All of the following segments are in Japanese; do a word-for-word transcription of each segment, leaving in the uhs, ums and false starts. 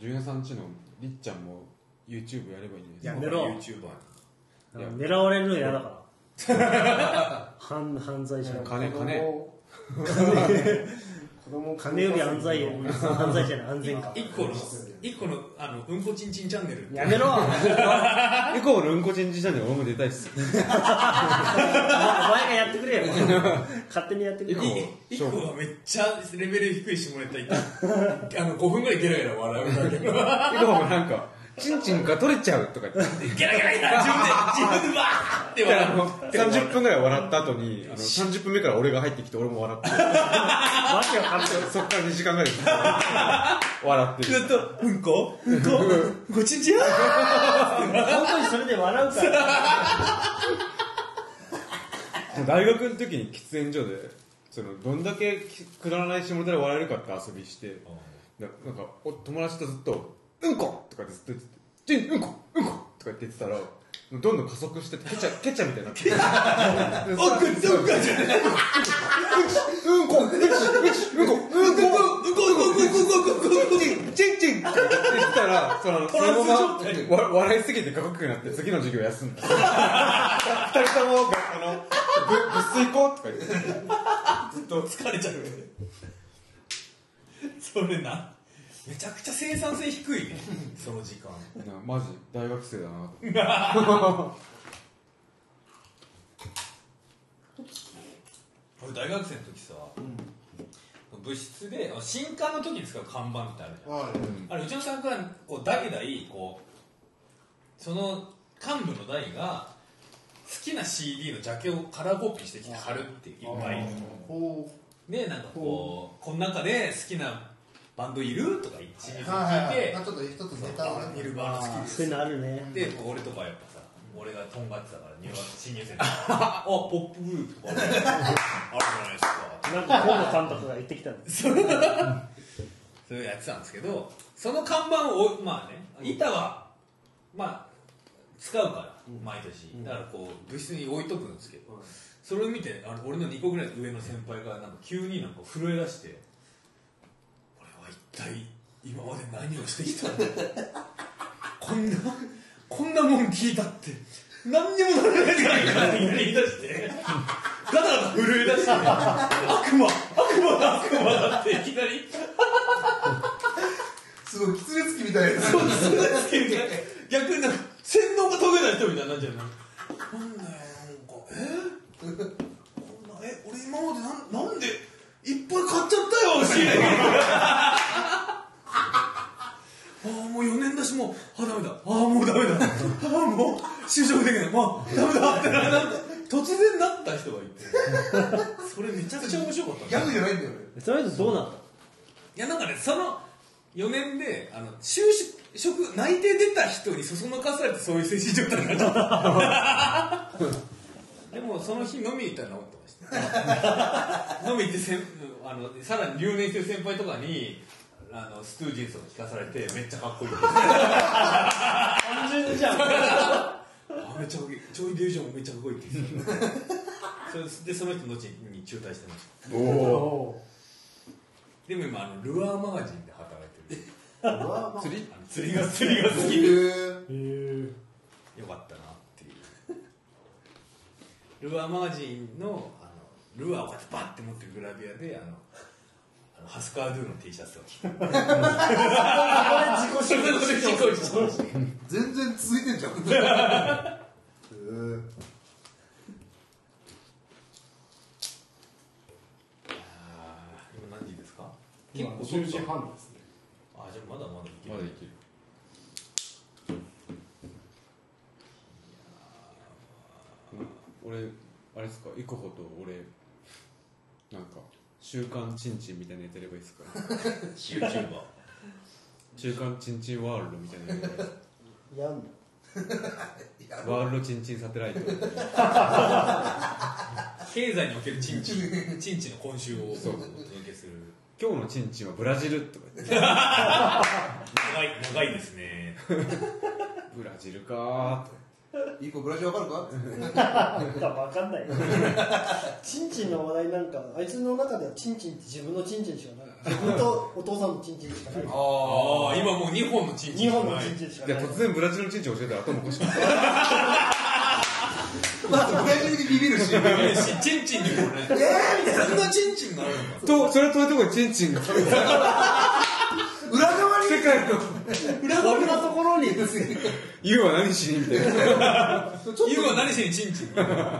ジュニアさんちのりっちゃんも YouTube やればいいんですやめろ YouTuber 狙われるの嫌だから犯犯罪者金金金より安罪犯罪じゃない安全か一個の一個のあのうんこちんちんチャンネルやめろエコーのうんこちんちチャンネル俺も出たいっすお前がやってくれよ勝手にやってくれよ一個はめっちゃレベル低い下ネタ言ってあのごふんぐらいゲラゲラ笑うだけどエコーもなんかチンチンが取れちゃうとか言ってゲラゲラゲラ自分で自分でわーって笑うさんじゅっぷんぐらい笑った後にあのさんじゅっぷんめから俺が入ってきて俺も笑ってわけわかんないそっからにじかんぐらい笑ってるずっとうんこうんこうんこちんちん本当にそれで笑うから大学の時に喫煙所でそのどんだけくだらない下ネタで笑えるかって遊びしてななんかお友達とずっとうんことかってずっと言ってて、うんこうんことかって言ってたら、どんどん加速してケチャケチャみたいになって、 おっくんそっかじゃないうんこうんこうんこうんこうんこうんこチンチンチンって言ったら、そのそのまま笑いすぎてかっこよくなって次の授業休んだ。二人ともあの部室行こうとか言ってずっと疲れちゃうそれなめちゃくちゃ生産性低いねその時間なマジ大学生だな俺大学生の時さ、うん、部室で新刊の時に使う看板ってあるじゃん、うん、あれうちのサークルはこう代々こうその幹部の代が好きな シーディー のジャケをカラーコピーしてきて貼るっていっぱいでなんかこうこの中で好きなバンドいるとか一日聞いて、 ちょっと一つネタをニルバーナ好きですそういうのあるねで俺とかやっぱさ俺がとんがってたから入学新入生であポップグループとかあるじゃないですかなんか河野監督が言ってきたんですそれをやってたんですけどその看板をまあね板はまあ使うから毎年だからこう部室に置いとくんですけどそれを見てあの俺のにこぐらい上の先輩がなんか急になんか震え出して俺は一体今まで何をしてきたんだこんなこんなもん聞いたって何にもならないじゃないかって言い出してガタガタ震え出して悪魔悪魔だ悪魔だっていきなりすごいキツネ付きみたいなそうキツネ付きみたいな逆になんか洗脳が解けない人みたいになっちゃうなんだよなんかえこんなえ俺今までなんなんでいっぱい買っちゃったよシールああもうよねんだしもうあダメだああもうダメだああもう就職できないもうダメだってなんか突然なった人がいてそれめちゃくちゃ面白かったギャグじゃないんだよねそれどうなったいやなんかねそのよねんであの就職内定出た人にそそのかされてそういう精神状態になっちゃったでもその日飲みに行ったら治ってました飲み行ってせんあのさらに留年してる先輩とかにあのストゥージーズを聞かされてめっちゃかっこいい単純じゃんあめっちゃかっこいいジョイ・デュージョンもめっちゃかっこいいって言ってたそでその人後に中退してましたおおでも今あのルアーマガジンで働いてる釣り釣りが釣りが好きでよかったなっていうルアーマガジンのあのルアーをこうやってバッて持ってるグラビアであのあのハスカードゥの T シャツを着てこれ自己紹介全然続いてんじゃん今何時ですか結構じゅうじはんですねあじゃあまだまだいけるまだいける俺あれですかイコホと俺なんか週刊チンチンみたいなやつやればいいですかユーチューバー週刊チンチンワールドみたいなやつやんのワールドチンチンサテライト経済におけるチンチンチンチンの今週をお届けする今日のチンチンはブラジルとか言って長い長いですねブラジルかいい子ブラジルわかるか分かんないチンチンの話題なんかあいつの中ではチンチンって自分のチンチンしかない本当お父さんのチンチンしかない。 ああ今もうにほんのチンチンにほんのないチンチンしかじゃあない。 突然ブラジルのチンチン教えたら頭おかしくなるまあブラジルにビビるしチンチンにもねえーみたいなそんなチンチンがあるのかとそれは遠いところにチンチンが裏側に世界のこんなところに言うは何しにみたいな言うは何しにチンチン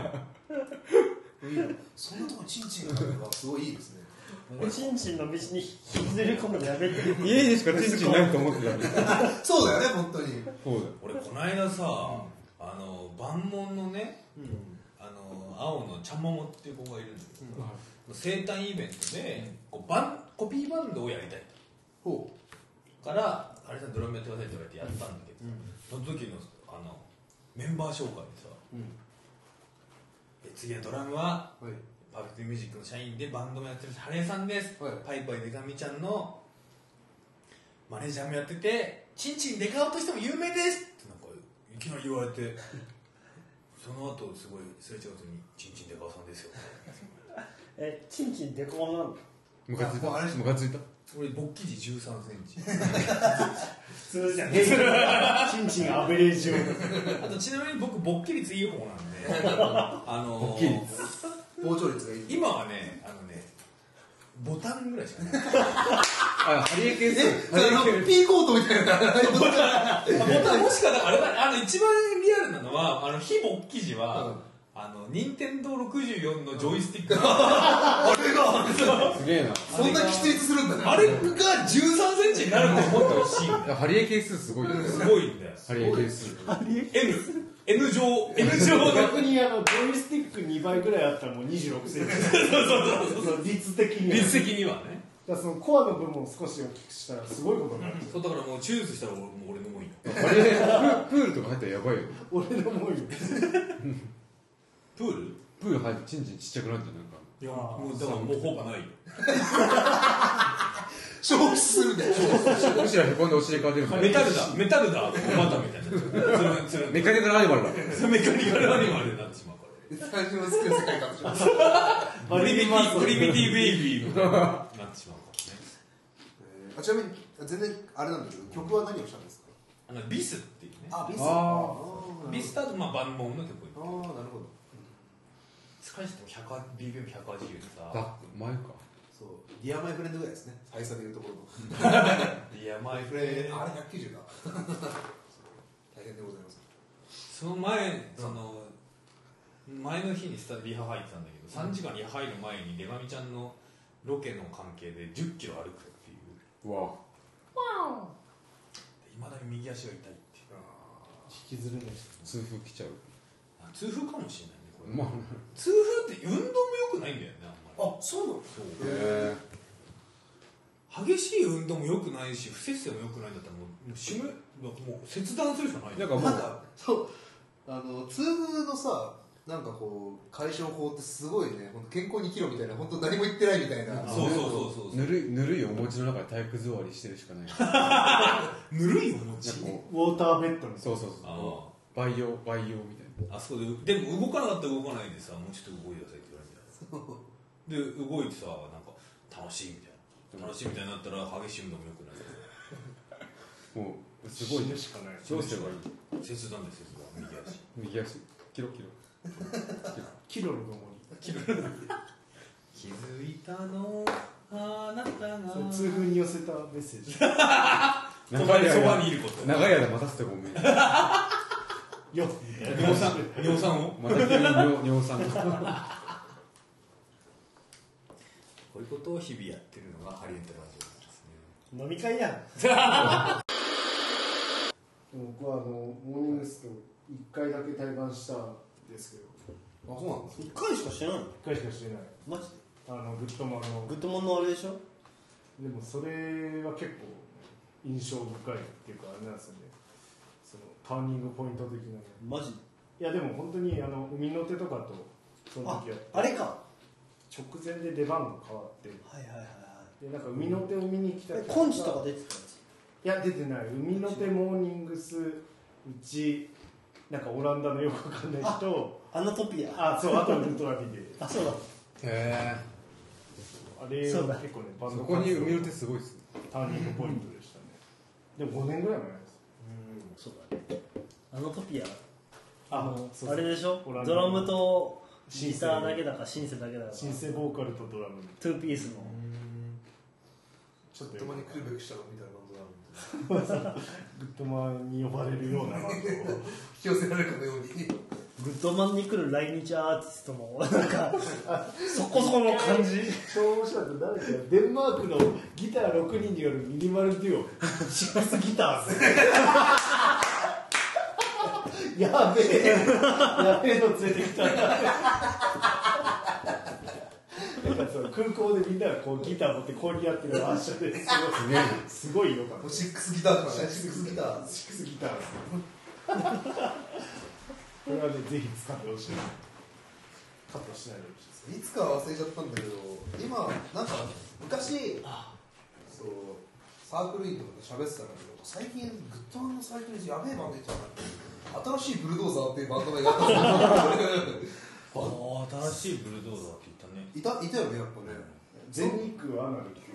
そんなとこにチンチンがあるのがすごいいいですね。 チンチンの道に引きずり込むのやめて。 家にしかチンチンないと思ってたんでそうだよね本当に。 そうだよ俺この間さあの万門のねあの青のちゃんももっていう子がいるんだけど生誕イベントでこうバンコピーバンドをやりたいほからあれさんドラムやってくださいって言われてやったんだけど、その時のあのメンバー紹介でさ、で次はドラムはうはいパーフェクトミュージックの社員でバンドもやってるハレーさんです、 はいパイパイデカミちゃんのマネージャーもやっててチンチンデカオとしても有名ですってなんかいきなり言われてその後すごいすれ違うとにチンチンデカオさんですよえ、チンチンデコモなの？ ムカついたああれムカついた俺勃起時じゅうさんセンチ普通じゃん。チンチンアベレージを。 あとちなみに僕勃起率いい方なんであのー、 勃起率膨張率がいい。 今はねあのねボタンぐらいしかないあハリエ系数あのピーコートみたいな。 ボタンもしかだからあれだあの一番リアルなのはあの非勃起時は、 うんあの任天堂ろくじゅうよんのジョイスティックあれがすげえなそんなきついするんだね。 あれがじゅうさんセンチになると思ってほしいんだよいやハリエ系数すごいよすごいんだよハリエ系数 N N 乗 N 乗の逆にあのジョイスティックにばいぐらいあったらもうにじゅうろくセンチ。そうそうそう。率的には。 率的にはねだからそのコアの部分を少し大きくしたらすごいことになる。 そうだからもうチューズしたら俺もう俺のもいいよハリエプールとか入ったらやばいよ俺のもういいよ。 プールプール入ってチンチンちっちゃくなるんじゃんなんかいやもうだからもうほぼないよ消費するんだよ。 むしろへこんでお尻から出るからメタルだメタルだまたみたいなつるつるメカニカルアニマルだメカニカルアニマルになってしまうから最初の好きな世界かもしれない。 プリミティプリミティベイビーになってしまうからねあちなみに全然あれなんだけど曲は何をしたんですか。 あのビスっていうねあビス。 あビスターとまあ万能の曲ああなるほど。 使いしても ビーピーエムひゃくはちじゅう でさバック前かそうディアマイフレンドぐらいですね。最初でいうところの。 いやマイフレあれひゃくきゅうじゅうだ。大変でございます。 その前その前の日にスタリハ入ってたんだけどさんじかんリハ入る前に出上ちゃんのロケの関係でじゅっキロ歩くっていううわいまだに右足が痛いっていう引きずるね。 痛風来ちゃうあ痛風かもしれないねこれまあ痛風って運動も良くないんだよねあんまりあそうなの。 そうへえ激しい運動も良くないし不節制も良くないんだったらもうもう死ぬもう切断するしかないなんかもうなんかそうあの痛風のさなんかこう解消法ってすごいね本当健康に生きろみたいな本当何も言ってないみたいな。 そうそうそうそうぬるいぬるいお餅の中で体育座りしてるしかないぬるいお餅なんかこウォーターベッドに。 うそうそうそうあ培養培養みたいなあそこででも動かなかったら動かないでさもうちょっと動いてくださいって言われてで動いてさなんか楽しいみたいな楽しいみたいになったら激しい運動もよくないもうすごい死ぬしかない。 どうすればいい切断です切断右足右足キロキロキロのとも気づいたのあなたがに。それ痛風に寄せたメッセージ。 長いそば間にいること長い間待たせてごめんよっみたいな。 尿酸尿酸をまた急に尿尿酸がこういうことを日々やってるのがハリエントラジオなんですね飲み会やん。僕はあのモーニングスといっかいだけ対バンしたんですけど、 あそうなんです一回しかしてないの？ いっかいしかしてない。 マジで？ あのグッドマンの。 グッドモンのあれでしょ？ でもそれは結構印象深いっていうかあれなんですよね。そのターニングポイント的なね。 マジで？ いやでも本当にあの海の手とかとそのあ時やってあれか。 直前で出番が変わってはいはいはいはでなんか海の手を見に来たい。えコンジとか出てたやつ？ いや出てない海の手モーニングスうちなんかオランダのよくわかんない人アナトピア。 あそうあとウルトラビであそうだ。 へえああれそうだは結構ねバンドそこに埋めるってすごいですね。 ターニングポイントでしたね。でもごねんぐらい前です。 そうだね。あのコピア、 ああのそうそうあれでしょオランダのドラムとシンセギターだけだかシンセだけだかシンセボーカルとドラムトゥーピースのちょっとたまに来るべきしたのみたいなバンドがあるんでグッドマンに呼ばれるようなバンドを引き寄せられるかのようにグッドマンに来る来日アーティストもなんかそこそこの感じ。 超面白かった誰かデンマークのギターろくにんによるミニマルデュオシックスギターズやべえやべえの連れてきたなんかその空港でみんながこうギター持ってこうにやってるの発射ですごいすごいよかった。 シックスギターとかねシックスギターシックスギターズこれはねぜひ使ってほしい。カットしないでほしいです。 いつか忘れちゃったんだけど今なんか昔そうサークルインとかで喋ってたんだけど最近グッドマンのサイトにやべえバンドいっちゃった新しいブルドーザーっていうバンドがいたんですよああ、新しいブルドーザーって言ったね。 いたいたよねやっぱね全日空アナル級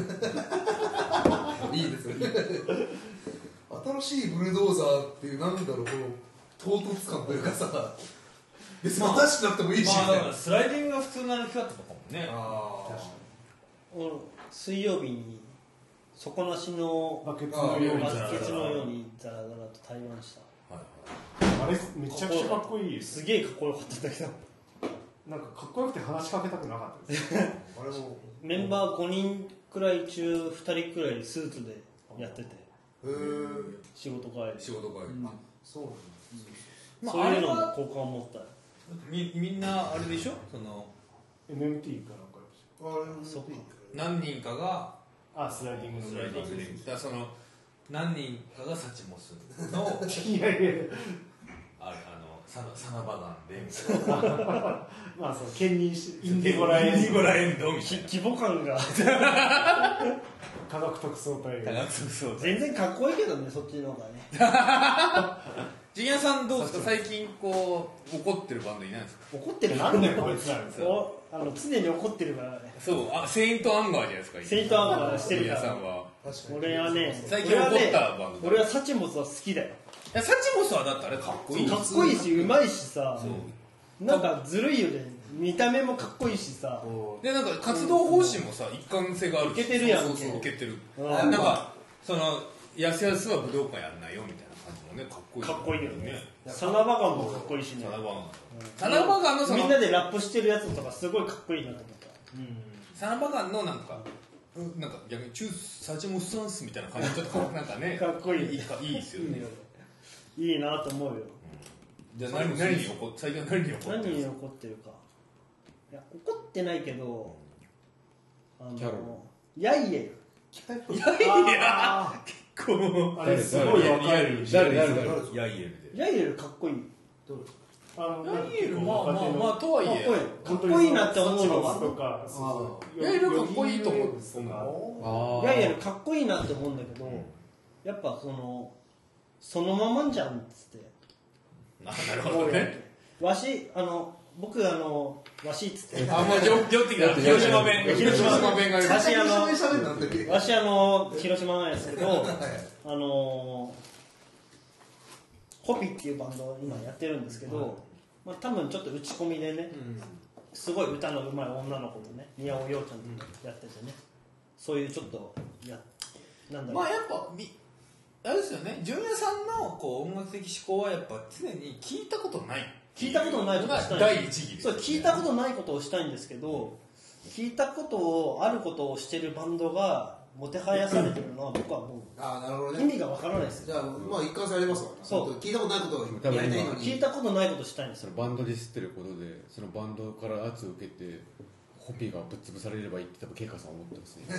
いいですよね新しいブルドーザーっていうなんだろうこの唐突感というかさ別に新しくなくてもいいし、 まあだからスライディングが普通の歩き方とかもね。 あ俺水曜日に底なしのバケツのようにバザラザラケツのようにザラザラと対話した。 はいはい。 あれめちゃくちゃかっこいいですすげえかっこよかったんだけどなんかかっこよくて話しかけたくなかったですあれもメンバーごにんくらい中ふたりくらいスーツでやっててへえ仕事帰り仕事帰り。 うんそうなんだまあそういうのあれはも好感を持ったよ。 みみんなあれでしょ、そのエムエムティー かなんかでしあれもそっか何人かがょあスライディングのスライディングで、だからその何人かがサチモスのいやいやああのサナサナバガンでみたいなまあその兼任しインディゴラエンインディゴラエンドみたいな。 規模感が科学特捜隊科学そう全然かっこいいけどね、そっちの方がね。 ジュニアさんどうですか、最近こう怒ってるバンドいないんですか。 怒ってるなんだよこいつらおあの常に怒ってるからね。 そう、あ、セイントアンガーじゃないですか。 セイントアンガーしてるからジュニアさんは。 確かに俺はね、 最近怒ったバンド。 俺はサチモスは好きだよ。 いや、サチモスはだってあれかっこいい。 かっこいいし、うまいしさ、 そう。 なんかずるいよね。見た目もかっこいいしさ。 でなんか活動方針もさ一貫性がある。 いけてるやんそうそうそういけてる。 うんなんかそのやすやすは武道館やんないよみたいな感じもねかっこいい。 かっこいいよね。サナバガンもかっこいいしねサ。ナバガン。サナバガンのそのみんなでラップしてるやつとかすごいかっこいいなと思った。 サナバガンのなんかうんなんか逆にチューサチモスサンスみたいな感じちょっとなんかねかっこいいいいかいいですよね。 いいなと思うよ。 じゃあ何何に怒っ最近は何に怒ってるん何にですか。 怒ってるか。いや怒ってないけど、あのキャロヤイエル。 いやいや結構あれすごい若い誰誰誰ヤイエルで。 ヤイエルかっこいい。 あのヤイエルまあまあまあとはいえ。 かっこいいなって思うのは、 とかそうそうヤイエルかっこいいと思う。 あヤイエルかっこいいなって思うんだけど、やっぱそのそのままじゃんっつって。 あなるほどね。 わしあの僕あのわしっつって。 あもうジョジョってきた広島弁広島弁がわしあの喋るなんだっけわしあの広島なんですけど、 はいあのホピっていうバンドを今やってるんですけど、まあ多分ちょっと打ち込みでね、すごい歌の上手い女の子とね、宮尾陽ちゃんとやっててね、そういうちょっとやなんだろう。 まあやっぱみあれですよね、ジュニアさんのこう音楽的思考はやっぱ常に聞いたことない聞いたことないことをしたい。 第一義ですそう聞いたことないことをしたいんですけど、聞いたことをあることをしてるバンドがもてはやされてるのは僕はもああなるほどうね意味がわからないですよ。 じゃあまあ一貫性ありますわそう本当に聞いたことないことをやりたいのに聞いたことないことしたいんですよ。 そのバンドディスってることでそのバンドから圧を受けてホピがぶっ潰されればいいって多分ケイカさん思ってますね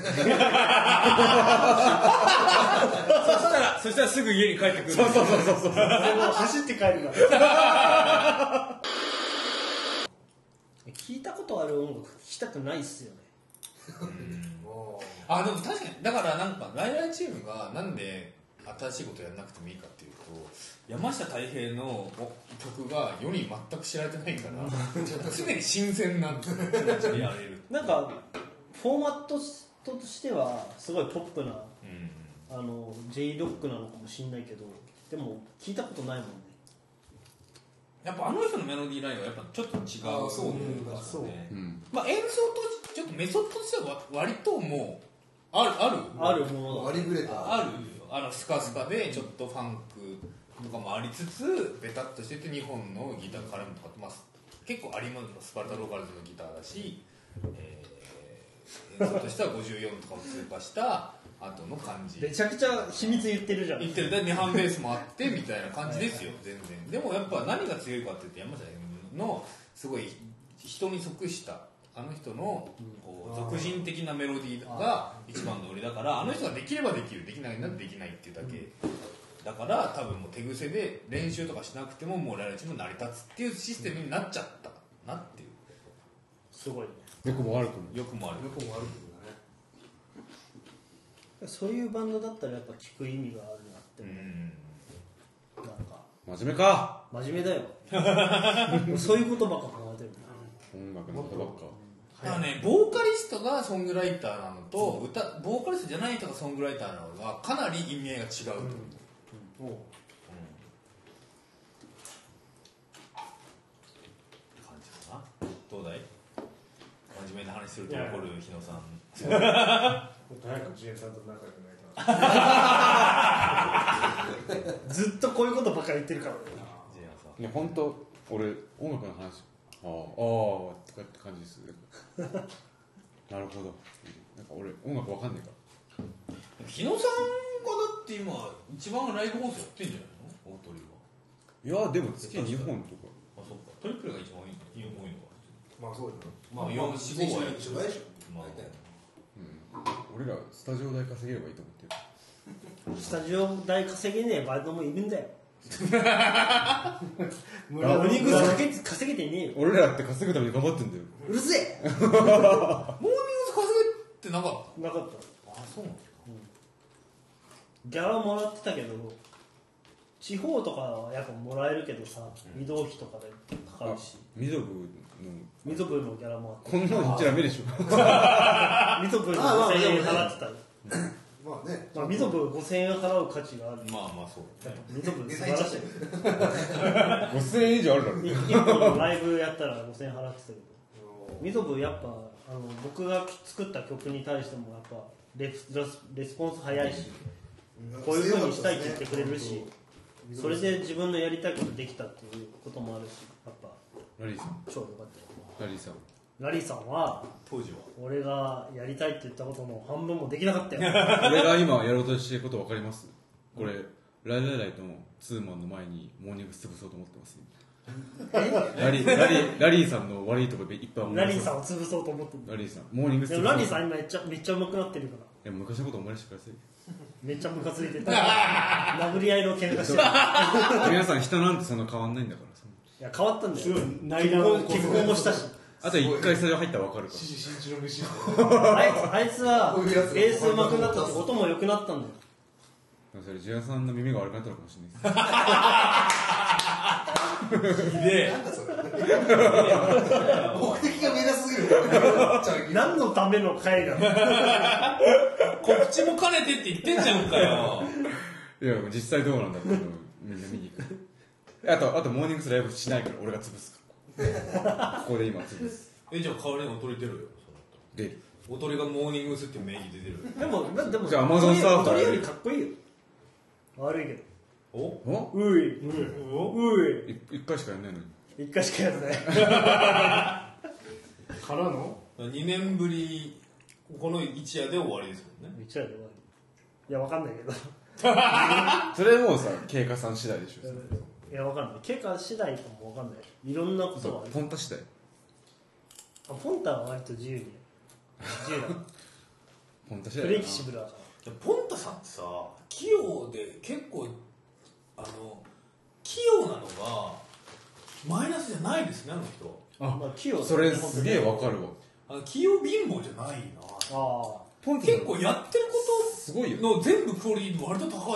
そしたらそしたらすぐ家に帰ってくるそうそうそうそうそう俺も走って帰るから聞いたことある音楽聞きたくないっすよね。 あでも確かにだからなんかライライチームがなんで新しいことやらなくてもいいかっていうと山下太平の曲が世に全く知られてないから常に新鮮な気持ちでやれる。 なんかフォーマットとしてはすごいポップな、 うんあの J ロックなのかもしれないけど、でも聞いたことないもんね。 やっぱあの人のメロディーラインはやっぱちょっと違う。 あそうねからそううんまあ演奏とちょっとメソッドとしては割ともうあるあるあるものだ。 割りぶれたあるあのスカスカでちょっとファンクとかもありつつベタっとしててにほんのギター絡むとか、まあ、結構ありますスパルタローカルズのギターだし、えー、演奏としてはごじゅうよんとかを通過した後の感じめちゃくちゃ秘密言ってるじゃん。 言ってるだに半ベースもあってみたいな感じですよ全然。でもやっぱ何が強いかって言って山下のすごい人に即したあの人のこう俗人的なメロディーが一番の売りだから、あの人ができればできるできないならできないっていうだけだから、多分もう手癖で練習とかしなくてももうライブチーム成り立つっていうシステムになっちゃったなっていう。 すごいね。 よくも悪くもよくもあるよくも悪くもね。 そういうバンドだったらやっぱ聞く意味があるなってう思う。 んなんか真面目か真面目だよ。そういうことばっか考えてる。 音楽のことばっかだからね、ボーカリストがソングライターなのと、歌ボーカリストじゃない人がソングライターなのがかなり意味合いが違うと思う、 もう感じかな。どうだい真面目な話すると怒る日野さん。 もっと早くジエンさんと仲良くないかな。 ずっとこういうことばっかり言ってるからね。 ジェイアンさんいや本当俺音楽の話ああああとかって感じですなるほどなんか俺音楽わかんないから日野さんがだって今一番ライブ放送やってんじゃないの大鳥は。 いやでも月にほんとかあ、そっか。トリプルが一番多い多いのか。 まあそうだよ。 まあよん、よん、ごはやる一緒でしょ。 まあ大体俺らスタジオ代稼げればいいと思ってるスタジオ代稼げねえバイトもいるんだよ。 村モーニング稼げ稼げてねえよ。 俺らって稼ぐために頑張ってんだようるせえ。 モーニング稼げってなかっなかった。 た。あ、そうなの。 ギャラもらってたけど、地方とかはやっぱもらえるけどさ、移動費とかでかかるし、 ミゾブのミゾブのギャラもあって、 こんなの言っちゃダメでしょミゾブにああまあごせんえんでもね払ってたよ。 まあね。 まあ、ミゾブごせんえん払う価値がある。 まあまあそうだね。 ミゾブデ素晴らしい。 ごせんえん以上あるだろい一本のライブやったらごせんえん払ってたけど、ミゾブやっぱあの僕が作った曲に対してもやっぱレスレスポンス早いし、こういう風にしたいって言ってくれるし、それで自分のやりたいことできたっていうこともあるし、やっぱラリーさん超良かったよ。 ラリーさんラリーさんは当時は。 俺がやりたいって言ったことの半分もできなかったよ。 俺が今やろうとしてること分かりますこれライライライとのツーマンの前にモーニング潰そうと思ってますラリーラリーラリーさんの悪いところいっぱい思いラ出すリーさんを潰そうと思ってる。 ラリーさんモーニングで潰そうもラリーさん今めっちゃめっちゃ上手くなってるから。 いや昔のこと思い出してくださいめっちゃムカついてた。殴り合いの喧嘩してる。 皆さん人なんてそんな変わんないんだからさいや変わったんだよ。 すごい結内乱を婚結婚もしたし。 あと一回スタジオ入ったら分かるから獅子新一の飯。 あいつあいつはこういうやつベース上手くなったって音も良くなったんだよ。 それジュアさんの耳が悪くなったのかもしれないですひでえ。 なんだそれ。目的が見えなすぎる。 何のための会なの。 告知も兼ねてって言ってんじゃんかよ。 いや実際どうなんだっていうのをみんな見に行くあとあとモーニングスライブしないから俺が潰すからここで今潰すえ、じゃあ代わりにおとり出るよ。 でおとりがモーニングスって名義で出る。 でもでもじゃあ Amazon サーファーそれよりかっこいいよ。悪いけど。 おおうい。うい。 い一回しかやんないのに一回しかやらない。 からのにねんぶり、この一夜で終わりですもんね。 めっちゃやで終わり。いやわかんないけど。 それもうさ経過さん次第でしょいやわかんない。結果次第かもわかんない。いろんなことがある。 ポンタ次第あポンタは割と自由に。自由だ。 ポンタ次フ第レキシブルだかポンタさんってさ、器用で結構、あの、器用なのが、マイナスじゃないですね、あの人。 ら。まあ器用だねそれすげえわかるわあの器用貧乏じゃないな。 ああ。 ポンタ結構やってるこすごいよとの全部クオリティ割と高いなと思って。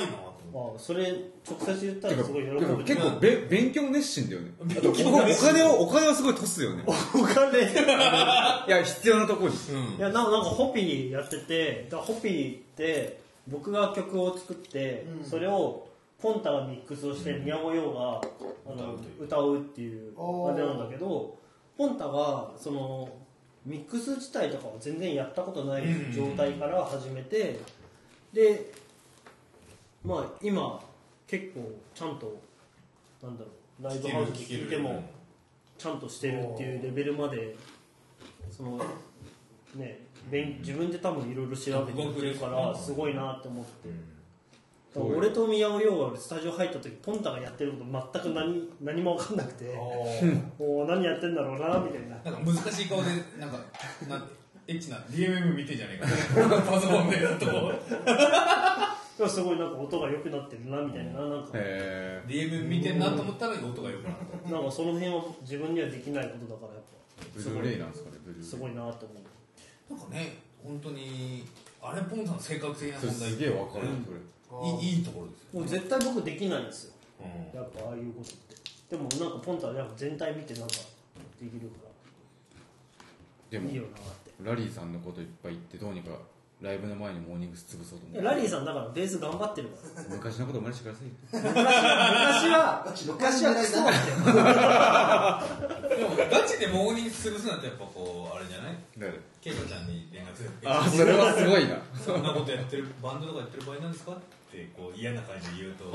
あそれ直接言ったらすごい喜ぶ。 でも結構べ勉強熱心だよね。あとお金をお金をすごいトスよね。 お金いや必要なところに。 いやなんかなんかホピーやってて、だからホピーって僕が曲を作って、うん、それをポンタがミックスをして、うん、宮尾陽があの歌うっていうあれなんだけど、ポンタがそのミックス自体とかは全然やったことない状態から始めて、でまあ今結構ちゃんとなんだろうライブハウスで聴いてもちゃんとしてるっていうレベルまでそのね自分で多分いろいろ調べてやってるからすごいなって思って。俺と宮尾陽がスタジオ入った時ポンタがやってること全く 何, 何も分かんなくてもう何やってんだろうなみたいな。 なんか難しい顔でなんかなんエッチな ディーエムエム 見てんじゃねえかパソコンでやっとこうすごいなんか音が良くなってるなみたいな、なんかディーエムエム 見てんなと思ったら音が良くなったなんかその辺は自分にはできないことだからやっぱブルーレイなんですかね。ブルーレイすごいなと思う。なんかね本当にあれポンさんの性格的な問題すげえ分かる、 うん、 それい い, いいところですよ、 ね、もう絶対僕できないんですよ、うん、やっぱああいうことってでもなんかポンタは全体見てなんかできるからでもいいよなって。 ラリーさんのこといっぱい言ってどうにかライブの前にモーニングス潰そうと思って。 ラリーさんだからベース頑張ってるから昔のこと思い出してください。 昔は昔はクソだってでもガチでモーニングス潰すなんてやっぱこうあれじゃない誰ケイコちゃんに連絡する。 あそれはすごいな。 そんなことやってるバンドとかやってる場合なんですかってこう嫌な感じで言うと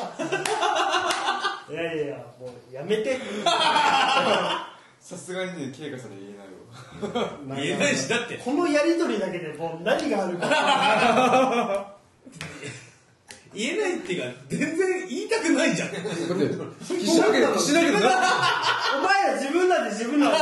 いやいやいやもうやめてさすがにねケイカさんに言えないわ言えないしだってこのやりとりだけでもう何があるか言えないっていうか全然言いたくないじゃん。だって岸田家岸田家のお前ら自分らで自分らで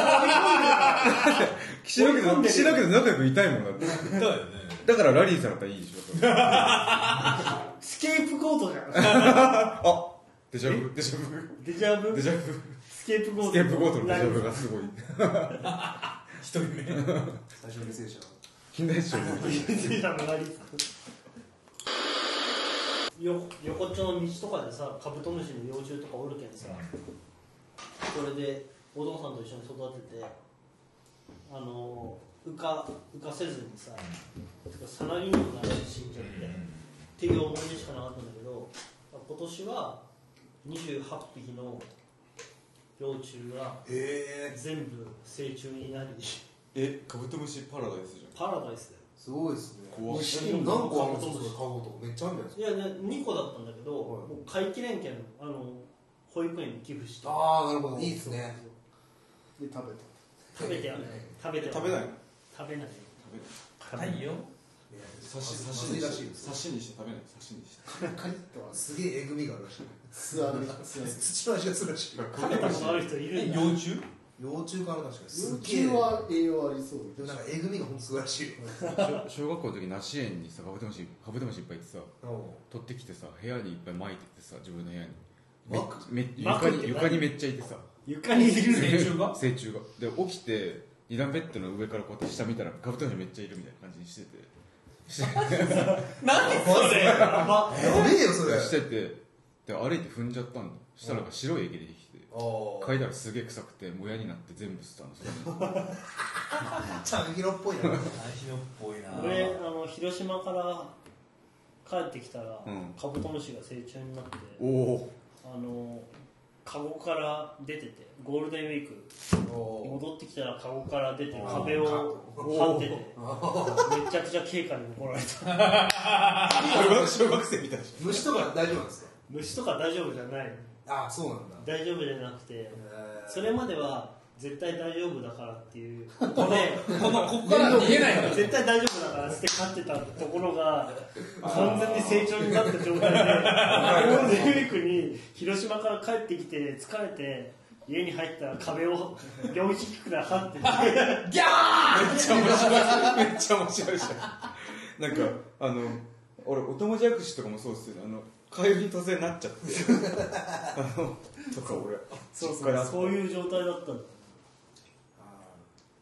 岸田家の岸田家の仲良くいたいもんだって。 だよね。 だからラリーさんだったらいいでしょ。 スケープゴートじゃん。 あデジャブデジャブデジャブデジャブスケープゴートスケープゴートのデジャブがすごい。 一人目最初の犠牲者近代史を犠牲者のラリーさんよ横っちょの道とかでさカブトムシの幼虫とかおるけんさそれでお父さんと一緒に育ててあの浮か浮かせずにささなぎにもならず死んじゃってっていう思い出しかなかったんだけど今年はにじゅうはっぴきの幼虫が全部成虫になりえカブトムシパラダイスじゃん。 パラダイスだよすごいですね。 怖い。 何個あるんですかカゴとかめっちゃあるんじゃないですか。 いや、にこだったんだけど、もう飼いきれんけんあの保育園に寄付して。 ああなるほどいいですね。 で食べた。 食べてやね。食べて食べない食べない硬いよ。 刺し刺しにして刺しにして食べない刺しにしてカリッとすげええぐみがあるらしい。 素揚げ土の味がするらしい。 食べたことある人いるんだ。 幼虫幼虫かな確かに。 幼虫は栄養ありそうでもなんかえぐみがほんとすごいらしいよ。 小学校の時梨園にさカブトムシカブトムシいっぱいいてさ取ってきてさ部屋にいっぱい巻いててさ自分の部屋にめめ床に床にめっちゃいてさ床にいる成虫が成虫がで起きて二段ベッドの上からこうやって下見たらカブトムシめっちゃいるみたいな感じにしてて何それやばやべえよそれ。 しててで歩いて踏んじゃったんだ。そしたら白い液出てきて嗅いだらすげえ臭くてもやになって全部捨てたの。それちゃんひろっぽいな。 ヒロっぽいな。 俺あの広島から帰ってきたら、 うんカブトムシが成虫になっておおあのカゴから出ててゴールデンウィーク戻ってきたらカゴから出て壁を張っててめちゃくちゃ警官に怒られた。 小学生みたいな。 虫とか大丈夫なんですか。 虫とか大丈夫じゃない。 ああそうなんだ。 大丈夫じゃなくてそれまでは絶対大丈夫だからっていうことでこのここから逃げないから絶対大丈夫だからって飼ってたところが完全に成長になった状態でゴールデンウィークに広島から帰ってきて疲れて家に入ったら壁を両肘くらい張っててギャーめっちゃ面白い。めっちゃ面白いじゃん。なんかあの俺お友達握手とかもそうですよね。あのカエルに突然なっちゃってあのとか俺そうそうそういう状態だったんだ。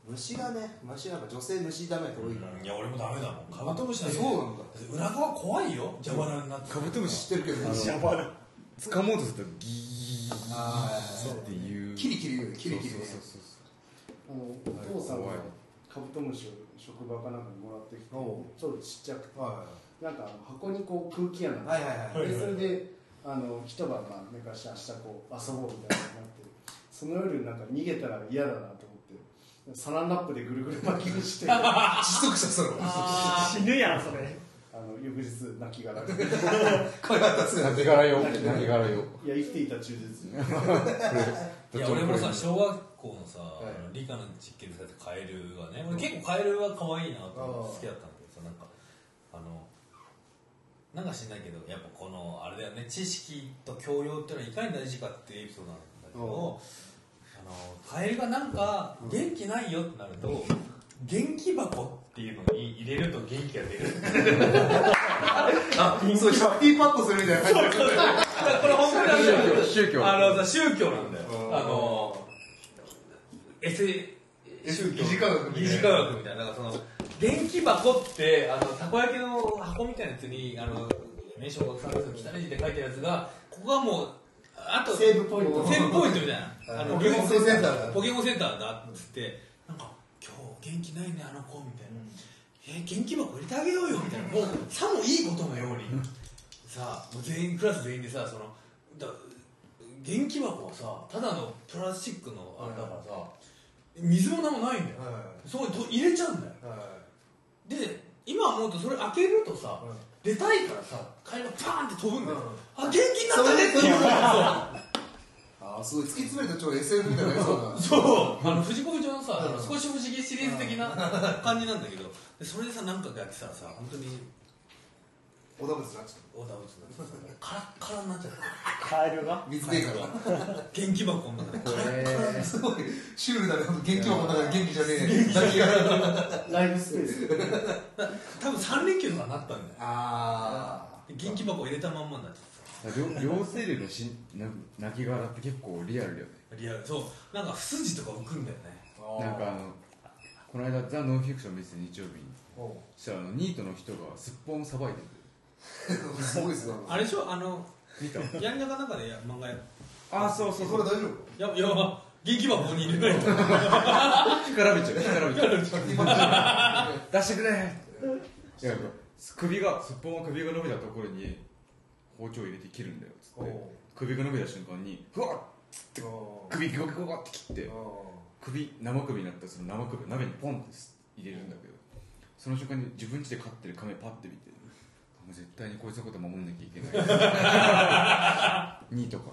虫がね、虫がやっぱ女性虫ダメな人多いから、 いや俺もダメだもんカブトムシなんてそうなんだ。 裏側怖いよ蛇腹になってカブトムシ知ってるけど、 シャバル掴もうとするとギーあーっていうキリキリ言うよ、キリキリね。 そうそうそうあのお父さんがカブトムシを職場かなんかにもらってきて、ちょっとちっちゃくて、 はなんかあの箱にこう空気穴がいはいはいはい。 でそれであの一晩まあ寝かして明日こう遊ぼうみたいになって、その夜なんか逃げたら嫌だなと思ってサランラップでぐるぐる巻きにしてあ窒息したそれは。 死ぬやんそれの翌日亡きがられてこれは確かに。 亡骸よ亡骸よいや生きていた忠実いや俺もさ小学校のさ、 はいあの理科の実験でされたカエルはね、俺結構カエルは可愛いなと思って好きだったんだけどさ、なんかあのなんか知んないけどやっぱこのあれだよね、知識と教養っていうのはいかに大事かっていうエピソードなんだけど、あのカエルがなんか元気ないよってなると、元気箱っていうのに入れると元気が出るあ、そう、シャッピーパッドするみたいな感じで。 これ本当に宗教宗教あのさ宗教なんだよ、 うんあのエセ宗教疑似科学みたいな疑似科学みたいな、なんかその元気箱ってあのたこ焼きの箱みたいなやつにあの名称がさんねん生の汚い字で書いてるやつが、ここがもうあとセーブポイントセーブポイントみたいな、あのポケモンセンターだポケモンセンターだっつって、なんか今日元気ないねあの子みたいな、え元気箱入れてあげようよみたいな、もうさもいいことのようにさあもう全員クラス全員でさ、そのだ元気箱はさただのプラスチックのあれだからさ、水も何もないんだよ、そこにと入れちゃうんだよ。で今思うとそれ開けるとさ、出たいからさカエルがパーンって飛ぶんだよ、あ元気になったねっていうそうあ、すごい突き詰めるとちょっと エスエフ みたいなやつだな。 そうあの藤子不二雄のさ、あの少し不思議シリーズ的な感じなんだけど、でそれでさ何回かやってたらさ本当におだぶつになっちゃオーダー打つのカラッカラになっちゃったカエルがう。水でいいから。 元気箱の中でカラッカラにすごいシュールだね、元気箱の中で元気じゃねえ。泣きがライブスペース多分さん連休とかなったんだよ、 あ元気箱入れたまんまになっちゃって両両生類のしな亡骸って結構リアルだよね。 さリアルそうなんか不筋とか浮くんだよね。 ー。 なんかあのこの間ザ・ノンフィクション見てて日曜日におうそしたらあのニートの人がすっぽんさばいてる。 すごいっすね。 あれでしょあの見た？ やんなかなんかで漫画やあそうそうそう。 それ大丈夫？ ややば元気箱に入れないと干からびちゃう干からびちゃう。出してくれ。いや首がすっぽんは首が伸びたところに包丁を入れて切るんだよっつって、首が伸びた瞬間にふわっって首ゴゴゴって切って首生首になったその生首を鍋にポンって入れるんだけど、その瞬間に自分家で飼ってる亀パッて見て、もう絶対にこいつのこと守んなきゃいけないにとか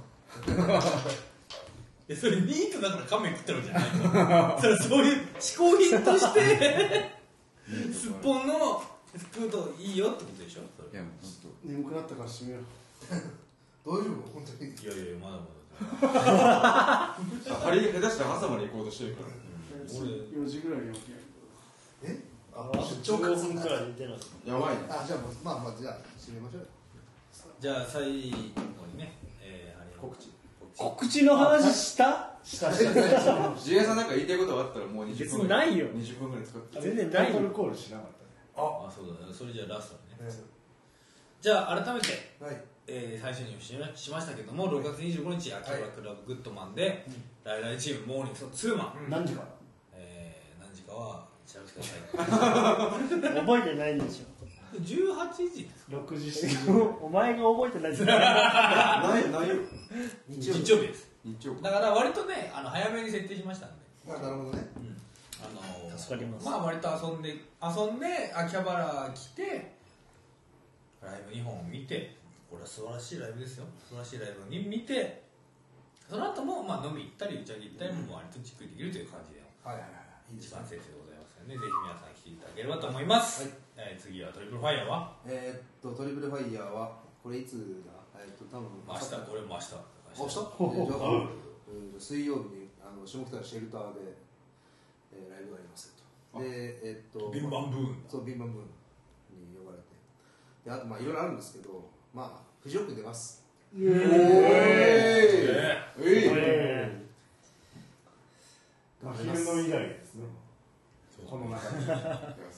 えそれニートだから亀食ったわけじゃないのそれそういう嗜好品としてすっぽんの食うといいよってことでしょそれ。 いやもう本眠くなったから閉めよう大丈夫？本当に。 いやいやまだまだ当張り下手したら朝まで行こうとしてるから俺よじぐらいに起きないえ？あ、 じゅうごふんくらい寝てないやばいね。 あ、じゃあもうまあまあじゃあ閉めましょうよ。 じゃあ最後にね、えー、あれ告知告知の話したしたしたジュエさんなんか言いたいことがあったらもうにじゅっぷん別にないよにじゅっぷんぐらい使って全然ないタイトルコールしなかったねあそうだね、それじゃあラストにね、 ねじゃあ改めて、 はい。 えー、最初にししましたけどもろくがつにじゅうごにち秋葉クラブグッドマンで、ライライチームモーニングとツーマン、 何時からえー、何時かは調べてください覚えてないんでしじゅうはちじですろくじしちじょお前が覚えてないんじゃないないないよ日曜日です日曜だから割とねあの早めに設定しましたんで、 あ、なるほどね。 あのー、 助かりますまあ割と遊んで遊んで秋葉原来てライブにほん見て、これは素晴らしいライブですよ、素晴らしいライブに見て、その後もまあ飲み行ったり打ち上げ行ったりも割とじっくりできるという感じではいはいはい。いいですね時間。設定でございますので、ぜひ皆さん来ていただければと思います、 はいえー次はトリプルファイヤーはえーっとトリプルファイヤーはこれいつだ？えーっと多分明日、これも明日明日？えーじゃあうん水曜日にあの下北のシェルターで、えーライブがありますと。でえーっとビンバンブーンそうビンバンブーンに呼ばれて、であとまあいろいろあるんですけど、まあフジロック出ます。 おーいええい真昼の以来ですね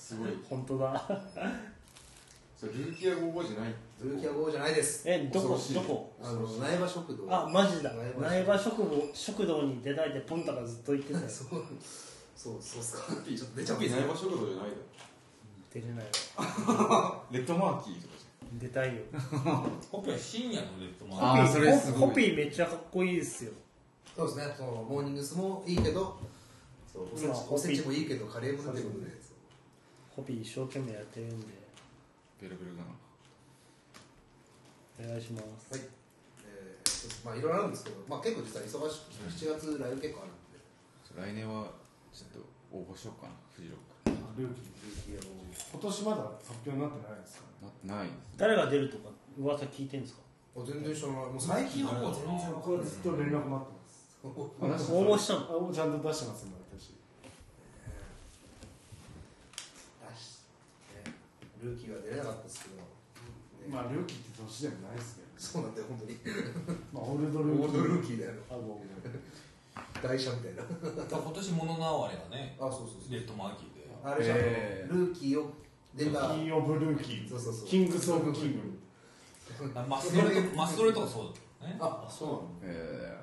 すごい。 本当だ。 それルーキーアゴーゴーじゃない。 ルーキーアゴーじゃないです。 え、どこ恐ろしいどこ？ あの苗場食堂。 あ、マジだ。苗場食食堂食堂に出たいってポンタがずっと言ってたよ。 そうそうそうっすか。 コピーちょっと出ちゃうんコピですよー苗場食堂じゃないだ出れないわ。 ろ。レッドマーキーとかじ出たいよ。 ホピは深夜のレッドマあーークそれすごいホピーめっちゃかっこいいですよ。 そうですね。そのモーニングスもいいけど、そうおせちまあおせちもいいけどカレーも出てくるね。 ホピー一生懸命やってるんでゃん。ベロベロだな。 お願いします。 はい。えーそうですまあいろいろあるんですけど、まあ結構実は忙しくしちがつライブ結構あるんで。 来年はちょっと応募しようかな、フジロッルーキールーキーアゴー今年まだ発表になってないですかね。 ク。なってないです。 誰が出るとか噂聞いてんですか？ あ全然知らない。もう最近はもう全然わかんない。 これずっと連絡待ってます。 応募したの？ あ、もうちゃんと出してます今私。 ルーキーは出れなかったですけど、ねまあルーキーって年でもないですけど、 そうなんだよ本当に。 まあオールドルーキー。 オールドルーキーだよ。 あ、もう台車みたいな。 今年もののあわれがねあ、そうそうそう。 レッドマーキーであれじゃん、 えールーキーを出た。 キーオブルーキー。 そうそうそう。 キングスオブキング。 マストレとマストレとかそうだったよね。 あ、そうなの。 え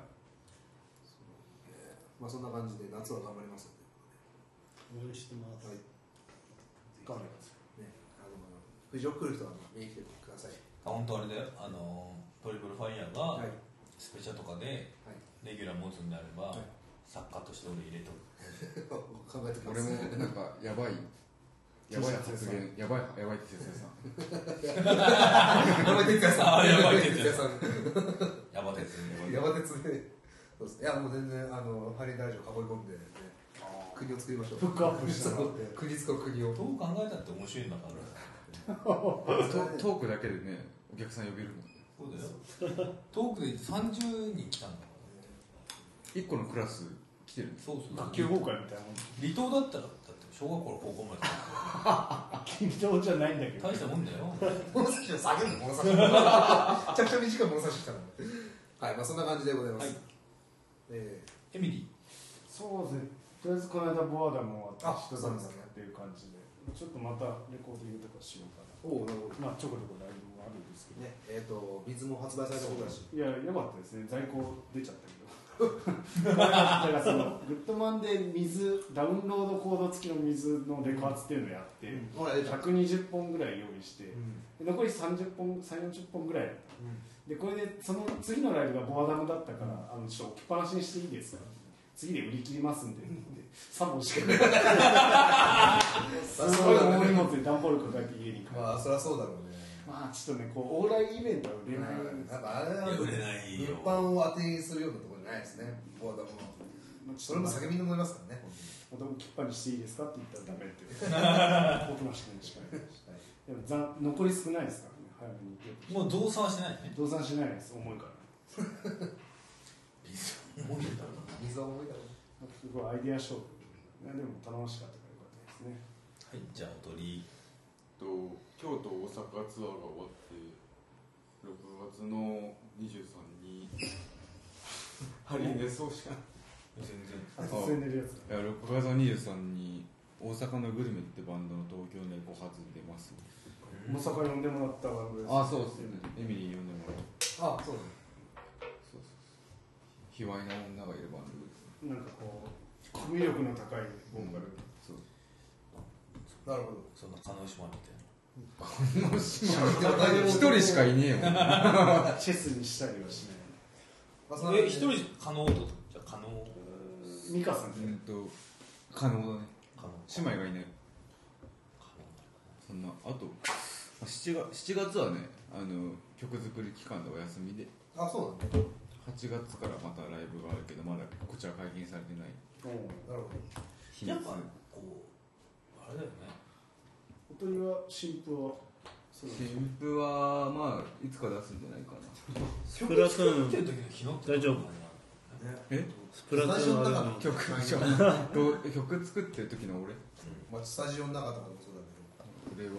まあそんな感じで夏は頑張りますの応援してます。 で。はい。 頑張ります。 ね、あのフジロック来る人は見に来てください。 あ本当あれだよ、あのトリプルファイヤーがはい。 スペシャルとかではい。 レギュラー持つんであれば、 はい作家として俺入れとく。 考えてー、 ください。 俺もなんかやばいやばい発言やばいやばいって哲也さん。 やばい哲也さん。 あやばい哲也さん。 ヤバ鉄やば鉄で。そうです。いやもう全然あのハリー大臣を囲い込んで、ね、国を作りましょう。 フックアップしてもらって国使う国を。 どう考えたって面白いんだから。 トトークだけでねお客さん呼べるもんね。 そうだよ。トークでさんじゅうにん来たんだから。 一個のクラス来てるんです。 そうそう。 学級崩壊みたいなもん。 離島だったらだって小学校から高校まで緊張じゃないんだけど。 大したもんだよ。 物差しを下げるの物差し。めちゃくちゃ短い物差ししたの。はいまあそんな感じでございます。 はいえエミリそうですね。とりあえずこの間ボアダム終わあって一段落っていう感じで、ちょっとまたレコーディングとかしようかな。 ー、おおなるほど。 まあちょこちょこライブもあるんですけど。 ねえっ、と水も発売されたことだし。 いや良かったですね。在庫出ちゃったけど。だからそのグッドマンで水ダウンロードコード付きの水のレコ発っていうのをやって、 ほらええじゃん。 ひゃくにじゅっぽんぐらい用意して、 うんで残りさんじゅっぽん、さんじゅうよんじゅっぽんぐらいだった。でこれでその次のライブがボアダムだったから、あのちょっと置きっぱなしにしていいですか、次で売り切りますんで、ってさんぼんしかないすごい大荷物で段ボール抱えて家に帰る、 まあそりゃそうだろうね。 まあちょっとねこうオーライイベントは売れないんですやっぱあれは売れないよ物販を当てにするようなところじゃないですね。ボーダムの。それも叫びの思いますからね。 子供きっぱにしていいですかって言ったらダメって僕のしかしかないでもざ残り少ないですからね、早めにもう増産はしてないね。 動産しないです、重いから水重いんだろうな。 水は重いだろう。 すごいアイデア勝負、ね、でも楽しかったからよかったですね。 はい、じゃあ踊り。 と京都大阪ツアーが終わってろくがつのにじゅうさんにハリー寝そうしか全然。 あ進んでるやつだ。 いやろくがつのにじゅうさんに大阪のグルメってバンドの東京でご発出ます。 大阪呼んでもらったバンドです。 あそうですね。エミリー呼んでもらう。 あそうだね。 そうそうそう。卑猥な女がいるバンドです。 なんかこうコミュ力の高いボーカル、 そう。 なるほど。 そんな叶島みたいな。 一人しかいねえもん。 チェスにしたりはしない。 まあそんなえ、一人可能とじゃあ可能。 ミカさんじゃない、 うんと可能だね。 可能。 姉妹がいない。そんなあとしちがつしちがつはねあの曲作り期間でお休みであそうなんだ。 はちがつからまたライブがあるけどまだこちら解禁されてないなるほど。 秘密。 やっぱこうあれだよね。 おとりは新婦はそう新譜はまあいつか出すんじゃないかな。 スプラトゥーン作ってる時の昨日大丈夫えスプラトゥーンはあるの曲どう曲作ってる時の俺まあスタジオの中とかでもそうだけこれは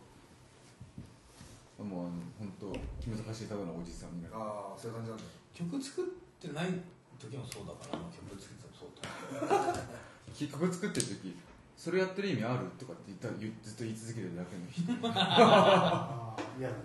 もうあの本当難しいただのおじさんになる。 ど。ああそういう感じなんだ。 曲作ってない時もそうだから、曲作ってもそうだ。 曲作ってる時それやってる意味あるとかって言ったら言ずっと言い続けてるだけの人ああ嫌だね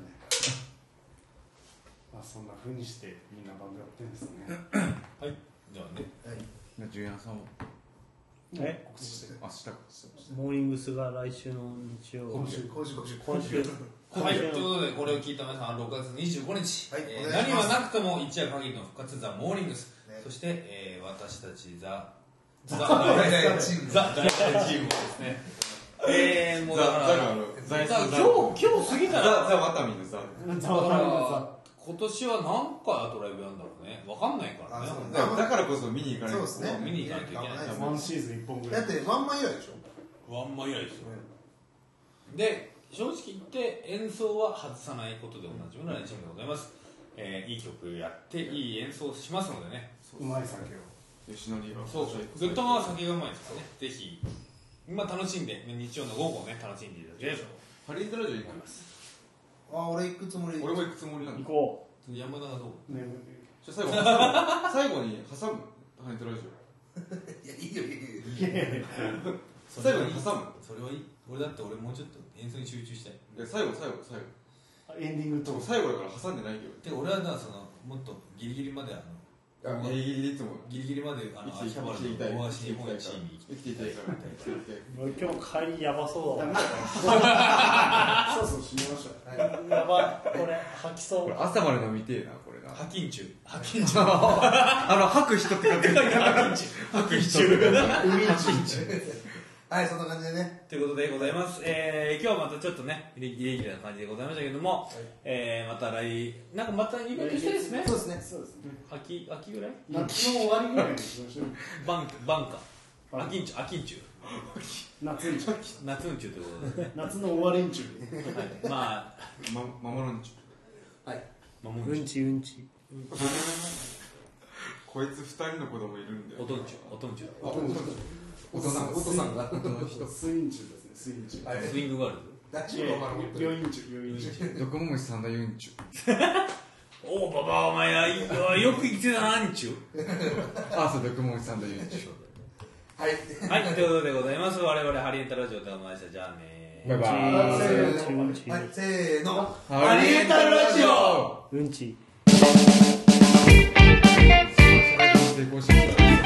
まあそんな風にしてみんなバンドやってるんですねはいじゃあねジュニアさんはえ告知して明日かモーニングスが来週の日曜今週今週今週今週はい、ということでこれを聞いた皆さんろくがつにじゅうごにち、 はいえーお願いします何はなくとも一夜限りの復活ザ・モーニングス、 ねそして、えー私たちザ・ザ・ザ大大 々 チームザ・大々チームをですねえー、もうだからザがあのザザ今日今日過ぎたらザ・ザ・ワタミのザザだからワ今年は何回あとライブやるんだろうね分かんないからねあそうねだだからこそ見に行かないとそうですね見に行かなきゃいけないはいワンシーズンいっぽんぐらいだってワンマン以来でしょワンマン以来ですよで正直言って演奏は外さないことでおなじみのライブチームでございます、えー、いい曲やっていい演奏をしますのでねうまい酒を吉野リがそうそうグッドマンは酒がうまいですからねぜひ今楽しんで、ね、日曜の午後ね楽しんでいただければハリードラジオ行きますあ俺行くつもり俺も行くつもりなんだ行こ山田がどうねじゃあ最後挟む最後に挟むハリードラジいやいいよいいよいいよいやいやいやオ最後に挟むそれはいい俺だって俺もうちょっと演奏に集中したいいや最後最後最後エンディングと最後だから挟んでないけどで俺はだからそのもっとギリギリまであのギリギリいつもギリギリまであの生きて秋葉原の生きていきたい大橋日本一に生きていたいから生きていきたいう今日帰りやばそうだわそうそう閉めましょうやばいこれ吐きそうこれ朝まで飲みてえなこれなハキンチュハキンチュあの吐く人って感じ吐く人って感じはいそんな感じでねということでございます、えー、今日はまたちょっとねイレギュラーな感じでございましたけども、えー、また来なんかまたイベントしたいですねそうですねそうですね秋秋ぐらい夏の終わりぐらいにしましょうバンバンカバン秋んちゅ秋んちゅ夏に夏んちゅということでね夏の終わりんちゅはいまあま守らんちはいまあもうんちうんちこいつ二人の子供いるんだよおとんちゅおとんちゅあお父さんお父さんがスインチュですねスインチュはいスイングガールズ大丈夫かな本当に病院チュ病院チュドクモムシさんだユンチュおおババお前はよく生きてたな、んちゅう。 あそうドクモムシさんだユンチュはいはい、ということでございます。我々ハリエンタラジオということでじゃあねバイバはいイはいせーのハリエンタラジオうんち成功してるから